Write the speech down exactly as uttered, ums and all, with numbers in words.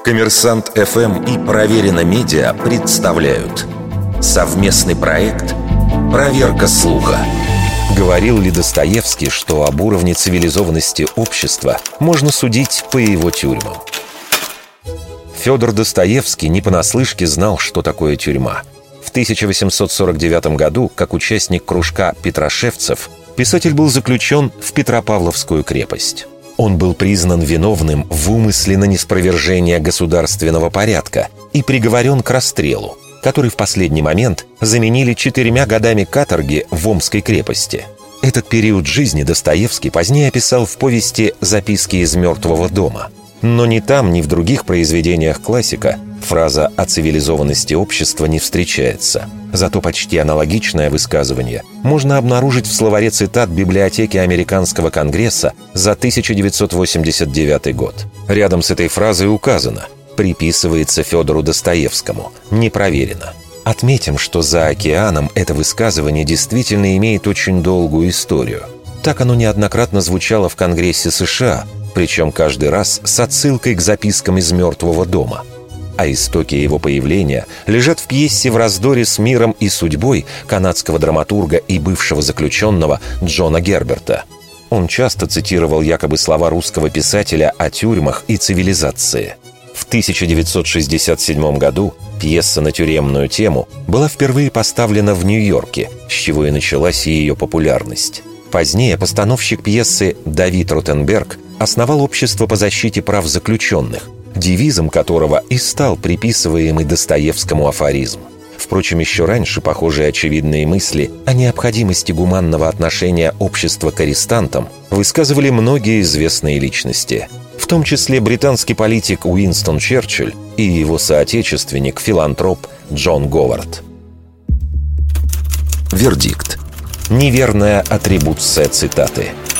Коммерсант эф эм и Проверено Медиа представляют совместный проект «Проверка слуха». Говорил ли Достоевский, что об уровне цивилизованности общества можно судить по его тюрьмам? Федор Достоевский не понаслышке знал, что такое тюрьма. В тысяча восемьсот сорок девятом году, как участник кружка петрошевцев, писатель был заключен в Петропавловскую крепость. Он был признан виновным в умысле на ниспровержение государственного порядка и приговорен к расстрелу, который в последний момент заменили четырьмя годами каторги в Омской крепости. Этот период жизни Достоевский позднее описал в повести «Записки из мертвого дома». Но ни там, ни в других произведениях классика фраза о цивилизованности общества не встречается. Зато почти аналогичное высказывание можно обнаружить в словаре цитат библиотеки Американского конгресса за тысяча девятьсот восемьдесят девятый год. Рядом с этой фразой указано «приписывается Федору Достоевскому, не проверено». Отметим, что за океаном это высказывание действительно имеет очень долгую историю. Так оно неоднократно звучало в Конгрессе США, причем каждый раз с отсылкой к запискам из мертвого дома. А истоки его появления лежат в пьесе «В раздоре с миром и судьбой» канадского драматурга и бывшего заключенного Джона Герберта. Он часто цитировал якобы слова русского писателя о тюрьмах и цивилизации. В тысяча девятьсот шестьдесят седьмом году пьеса на тюремную тему была впервые поставлена в Нью-Йорке, с чего и началась ее популярность. Позднее постановщик пьесы Давид Ротенберг основал общество по защите прав заключенных, девизом которого и стал приписываемый Достоевскому афоризм. Впрочем, еще раньше похожие очевидные мысли о необходимости гуманного отношения общества к арестантам высказывали многие известные личности, в том числе британский политик Уинстон Черчилль и его соотечественник-филантроп Джон Говард. Вердикт. Неверная атрибуция цитаты.